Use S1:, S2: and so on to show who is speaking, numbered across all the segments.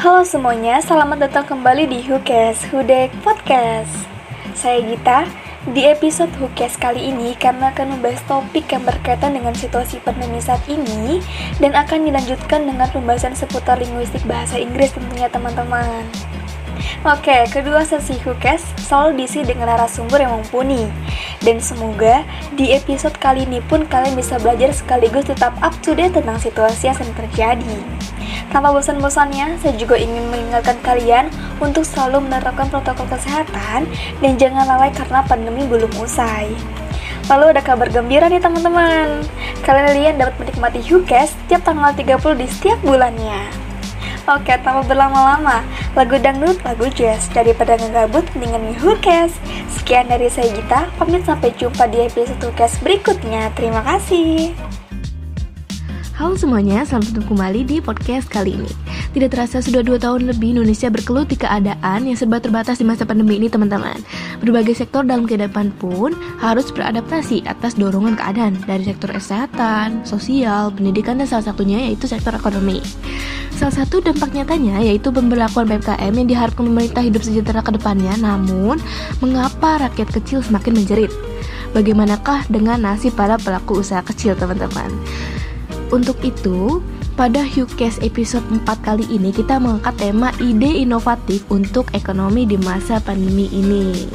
S1: Halo semuanya, selamat datang kembali di Hukes Hudek Podcast. Saya Gita. Di episode Hukes kali ini kami akan membahas topik yang berkaitan dengan situasi pandemi saat ini dan akan dilanjutkan dengan pembahasan seputar linguistik bahasa Inggris tentunya teman-teman. Oke, kedua sesi Hukes selalu diisi dengan narasumber yang mumpuni. Dan semoga di episode kali ini pun kalian bisa belajar sekaligus tetap up to date tentang situasi yang sedang terjadi. Tanpa bosan-bosannya, saya juga ingin mengingatkan kalian untuk selalu menerapkan protokol kesehatan dan jangan lalai karena pandemi belum usai. Lalu ada kabar gembira nih teman-teman. Kalian dapat menikmati Hukes setiap tanggal 30 di setiap bulannya. Oke, tanpa berlama-lama, lagu dangdut, lagu jazz, daripada ngegabut, mendingan Hukes. Sekian dari saya Gita, pamit sampai jumpa di episode Hukes berikutnya. Terima kasih.
S2: Halo semuanya, selamat bertemu kembali di podcast kali ini. Tidak terasa sudah 2 tahun lebih Indonesia bergelut di keadaan yang serba terbatas di masa pandemi ini teman-teman. Berbagai sektor dalam kehidupan pun harus beradaptasi atas dorongan keadaan dari sektor kesehatan, sosial, pendidikan, dan salah satunya yaitu sektor ekonomi. Salah satu dampak nyatanya yaitu pemberlakuan PPKM yang diharapkan pemerintah hidup sejahtera ke depannya. Namun, mengapa rakyat kecil semakin menjerit? Bagaimanakah dengan nasib para pelaku usaha kecil teman-teman? Untuk itu, pada Hukes episode 4 kali ini kita mengangkat tema ide inovatif untuk ekonomi di masa pandemi ini.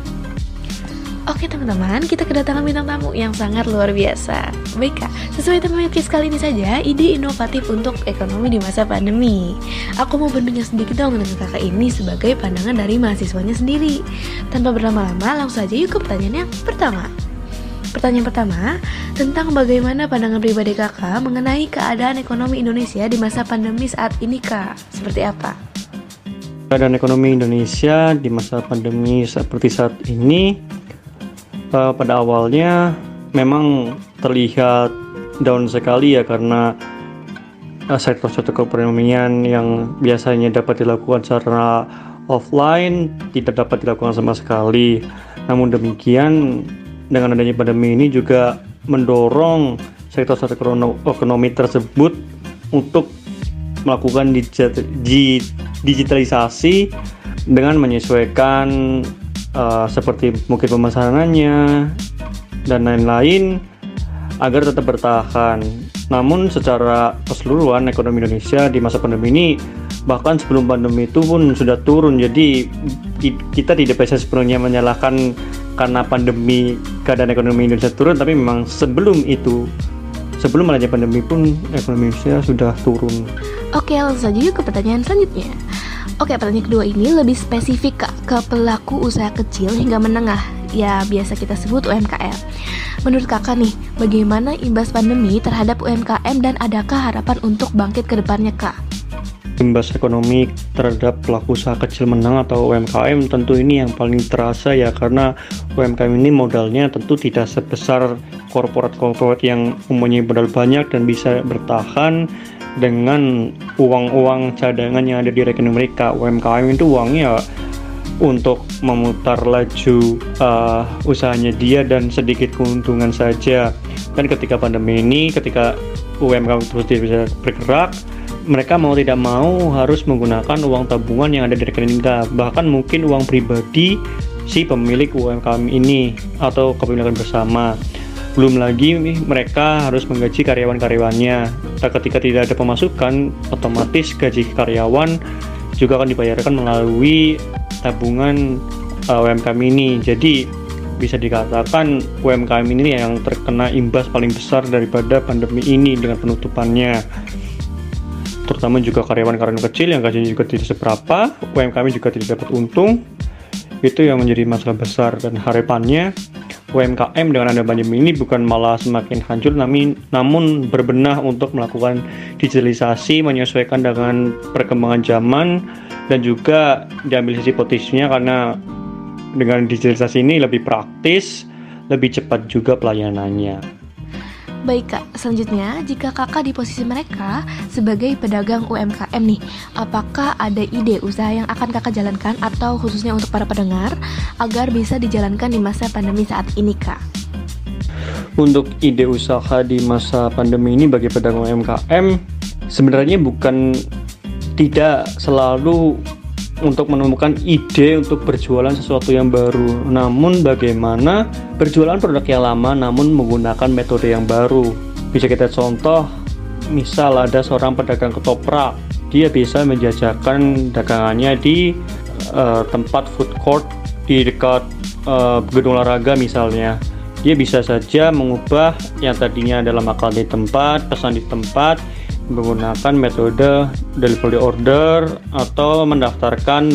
S2: Oke teman-teman, kita kedatangan bintang tamu yang sangat luar biasa. Baik Kak, sesuai tema Hukes kali ini saja, ide inovatif untuk ekonomi di masa pandemi. Aku mau berbincang sedikit dong dengan kakak ini sebagai pandangan dari mahasiswanya sendiri. Tanpa berlama-lama, langsung aja yuk ke pertanyaan yang pertama. Pertanyaan pertama, tentang bagaimana pandangan pribadi kakak mengenai keadaan ekonomi Indonesia di masa pandemi saat ini Kak? Seperti apa?
S3: Keadaan ekonomi Indonesia di masa pandemi seperti saat ini pada awalnya memang terlihat down sekali ya, karena sektor-sektor keperekonomian yang biasanya dapat dilakukan secara offline tidak dapat dilakukan sama sekali. Namun demikian, dengan adanya pandemi ini juga mendorong sektor-sektor ekonomi tersebut untuk melakukan digitalisasi dengan menyesuaikan seperti mungkin pemasarannya dan lain-lain agar tetap bertahan. Namun secara keseluruhan ekonomi Indonesia di masa pandemi ini, bahkan sebelum pandemi itu pun sudah turun. Jadi kita tidak bisa sepenuhnya menyalahkan karena pandemi keadaan ekonomi Indonesia turun, tapi memang sebelum adanya pandemi pun ekonomi Indonesia sudah turun.
S2: Oke, langsung saja yuk ke pertanyaan selanjutnya. Oke, pertanyaan kedua ini lebih spesifik Kak, ke pelaku usaha kecil hingga menengah, ya biasa kita sebut UMKM. Menurut kakak nih, bagaimana imbas pandemi terhadap UMKM dan adakah harapan untuk bangkit ke depannya Kak?
S3: Imbas ekonomi terhadap pelaku usaha kecil menengah atau UMKM tentu ini yang paling terasa ya, karena UMKM ini modalnya tentu tidak sebesar korporat yang mempunyai modal banyak dan bisa bertahan dengan uang cadangan yang ada di rekening mereka. UMKM itu uangnya untuk memutar laju usahanya dia dan sedikit keuntungan saja. Dan ketika pandemi ini, ketika UMKM terus tidak bisa bergerak, mereka mau tidak mau harus menggunakan uang tabungan yang ada di rekening mereka, bahkan mungkin uang pribadi si pemilik UMKM ini atau kepemilikan bersama. Belum lagi mereka harus menggaji karyawan-karyawannya. Ketika tidak ada pemasukan, otomatis gaji karyawan juga akan dibayarkan melalui tabungan UMKM ini. Jadi bisa dikatakan UMKM ini yang terkena imbas paling besar daripada pandemi ini dengan penutupannya. Terutama juga karyawan-karyawan kecil yang gajinya juga tidak seberapa, UMKM juga tidak dapat untung. Itu yang menjadi masalah besar, dan harapannya UMKM dengan adanya pandemi ini bukan malah semakin hancur, namun berbenah untuk melakukan digitalisasi, menyesuaikan dengan perkembangan zaman, dan juga diambil sisi positifnya karena dengan digitalisasi ini lebih praktis, lebih cepat juga pelayanannya.
S2: Baik Kak, selanjutnya jika kakak di posisi mereka sebagai pedagang UMKM nih, apakah ada ide usaha yang akan kakak jalankan atau khususnya untuk para pendengar agar bisa dijalankan di masa pandemi saat ini Kak?
S3: Untuk ide usaha di masa pandemi ini bagi pedagang UMKM, sebenarnya bukan tidak selalu untuk menemukan ide untuk berjualan sesuatu yang baru, namun bagaimana berjualan produk yang lama namun menggunakan metode yang baru. Bisa kita contoh, misal ada seorang pedagang ketoprak, dia bisa menjajakan dagangannya di tempat food court di dekat gedung olahraga misalnya. Dia bisa saja mengubah yang tadinya adalah makan di tempat, pesan di tempat, menggunakan metode delivery order atau mendaftarkan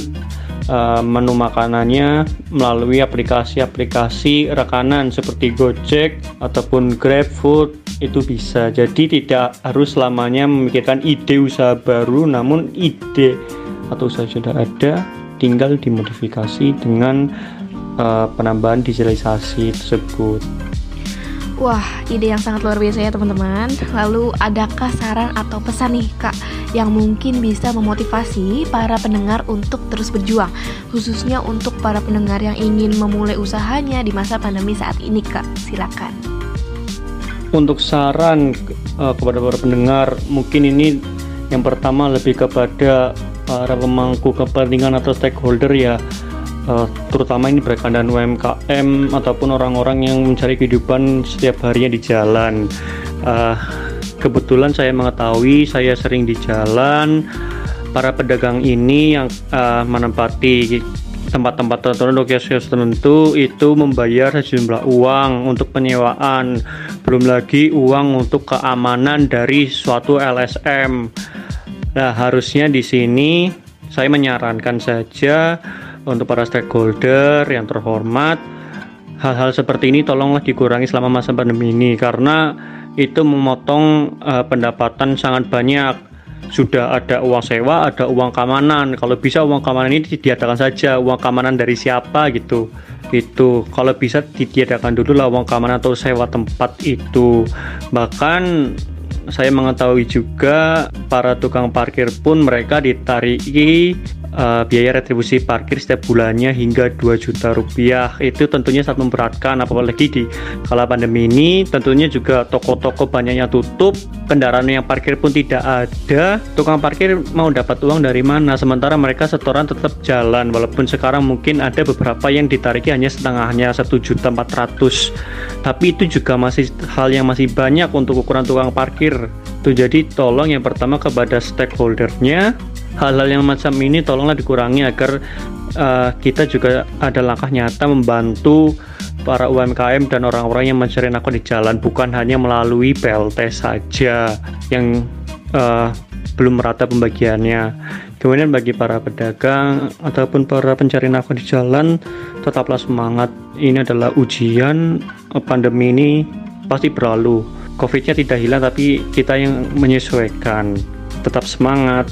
S3: menu makanannya melalui aplikasi-aplikasi rekanan seperti Gojek ataupun GrabFood. Itu bisa. Jadi tidak harus selamanya memikirkan ide usaha baru, namun ide atau usaha sudah ada tinggal dimodifikasi dengan penambahan digitalisasi tersebut.
S2: Wah, ide yang sangat luar biasa ya teman-teman. Lalu adakah saran atau pesan nih Kak yang mungkin bisa memotivasi para pendengar untuk terus berjuang, khususnya untuk para pendengar yang ingin memulai usahanya di masa pandemi saat ini Kak? Silakan.
S3: Untuk saran kepada para pendengar, mungkin ini yang pertama lebih kepada para pemangku kepentingan atau stakeholder ya, terutama ini berkaitan dengan UMKM ataupun orang-orang yang mencari kehidupan setiap harinya di jalan. Kebetulan saya mengetahui, saya sering di jalan, para pedagang ini yang menempati tempat-tempat tertentu, kios-kios tertentu, itu membayar sejumlah uang untuk penyewaan, belum lagi uang untuk keamanan dari suatu LSM. Nah, harusnya di sini saya menyarankan saja untuk para stakeholder yang terhormat, hal-hal seperti ini tolonglah dikurangi selama masa pandemi ini, karena itu memotong pendapatan sangat banyak. Sudah ada uang sewa, ada uang keamanan. Kalau bisa uang keamanan ini diadakan saja. Uang keamanan dari siapa gitu. Itu kalau bisa ditiadakan dulu lah uang keamanan atau sewa tempat itu. Bahkan saya mengetahui juga para tukang parkir pun mereka ditariki biaya retribusi parkir setiap bulannya hingga 2 juta rupiah. Itu tentunya sangat memberatkan, apalagi di kala pandemi ini. Tentunya juga toko-toko banyaknya tutup, kendaraan yang parkir pun tidak ada. Tukang parkir mau dapat uang dari mana? Sementara mereka setoran tetap jalan, walaupun sekarang mungkin ada beberapa yang ditariki hanya setengahnya, 1.400.000. Tapi itu juga masih hal yang masih banyak untuk ukuran tukang parkir. Tuh, jadi tolong yang pertama kepada stakeholdernya, hal-hal yang macam ini tolonglah dikurangi agar kita juga ada langkah nyata membantu para UMKM dan orang-orang yang mencari nafkah di jalan, bukan hanya melalui BLT saja yang belum merata pembagiannya. Kemudian bagi para pedagang ataupun para pencari nafkah di jalan, tetaplah semangat. Ini adalah ujian. Pandemi ini pasti berlalu. COVID-nya tidak hilang, tapi kita yang menyesuaikan. Tetap semangat.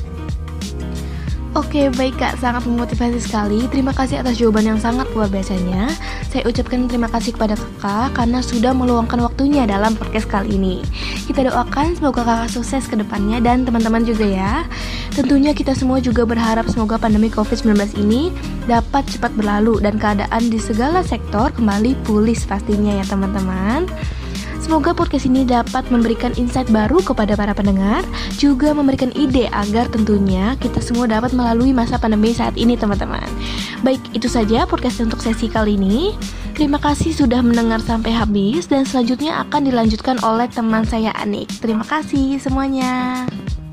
S2: Oke, baik Kak, sangat memotivasi sekali. Terima kasih atas jawaban yang sangat luar biasanya. Saya ucapkan terima kasih kepada Kakak karena sudah meluangkan waktunya dalam podcast kali ini. Kita doakan semoga Kakak sukses ke depannya dan teman-teman juga ya. Tentunya kita semua juga berharap semoga pandemi COVID-19 ini dapat cepat berlalu dan keadaan di segala sektor kembali pulih pastinya ya teman-teman. Semoga podcast ini dapat memberikan insight baru kepada para pendengar, juga memberikan ide agar tentunya kita semua dapat melalui masa pandemi saat ini teman-teman. Baik, itu saja podcast untuk sesi kali ini. Terima kasih sudah mendengar sampai habis dan selanjutnya akan dilanjutkan oleh teman saya Anik. Terima kasih semuanya.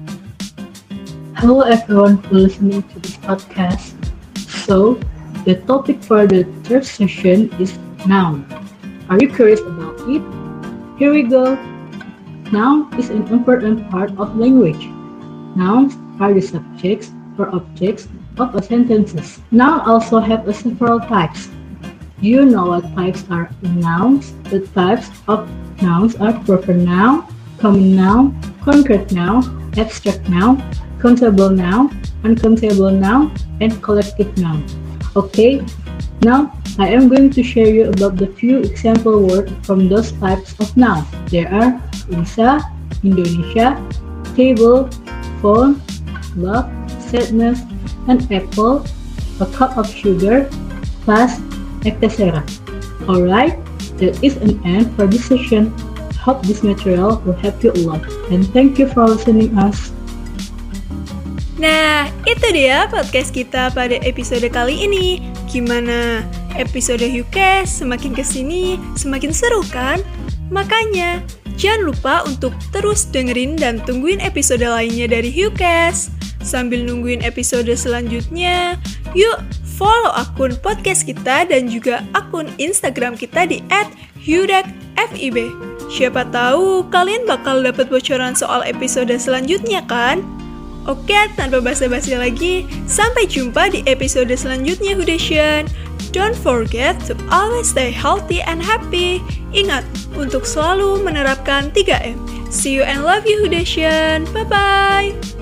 S4: Hello everyone who listening to this podcast. So, the topic for the third session is noun. Are you curious about it? Here we go. Noun is an important part of language. Nouns are the subjects or objects of a sentences. Nouns also have several types. Do you know what types are in nouns? The types of nouns are proper noun, common noun, concrete noun, abstract noun, countable noun, uncountable noun, and collective noun. Okay, now I am going to share you about the few example words from those types of nouns. There are Insa, Indonesia, table, phone, love, sadness, an apple, a cup of sugar, class, etc. Alright, that is an end for this session. Hope this material will help you a lot, and thank you for listening us.
S1: Nah, itu dia podcast kita pada episode kali ini. Gimana? Episode HUCAS semakin kesini semakin seru kan? Makanya, jangan lupa untuk terus dengerin dan tungguin episode lainnya dari HUCAS. Sambil nungguin episode selanjutnya, yuk follow akun podcast kita dan juga akun Instagram kita di @hudekfib. Siapa tahu kalian bakal dapat bocoran soal episode selanjutnya kan? Oke, tanpa basa-basi lagi, sampai jumpa di episode selanjutnya Hudation. Don't forget to always stay healthy and happy. Ingat untuk selalu menerapkan 3M. See you and love you Hudation. Bye-bye.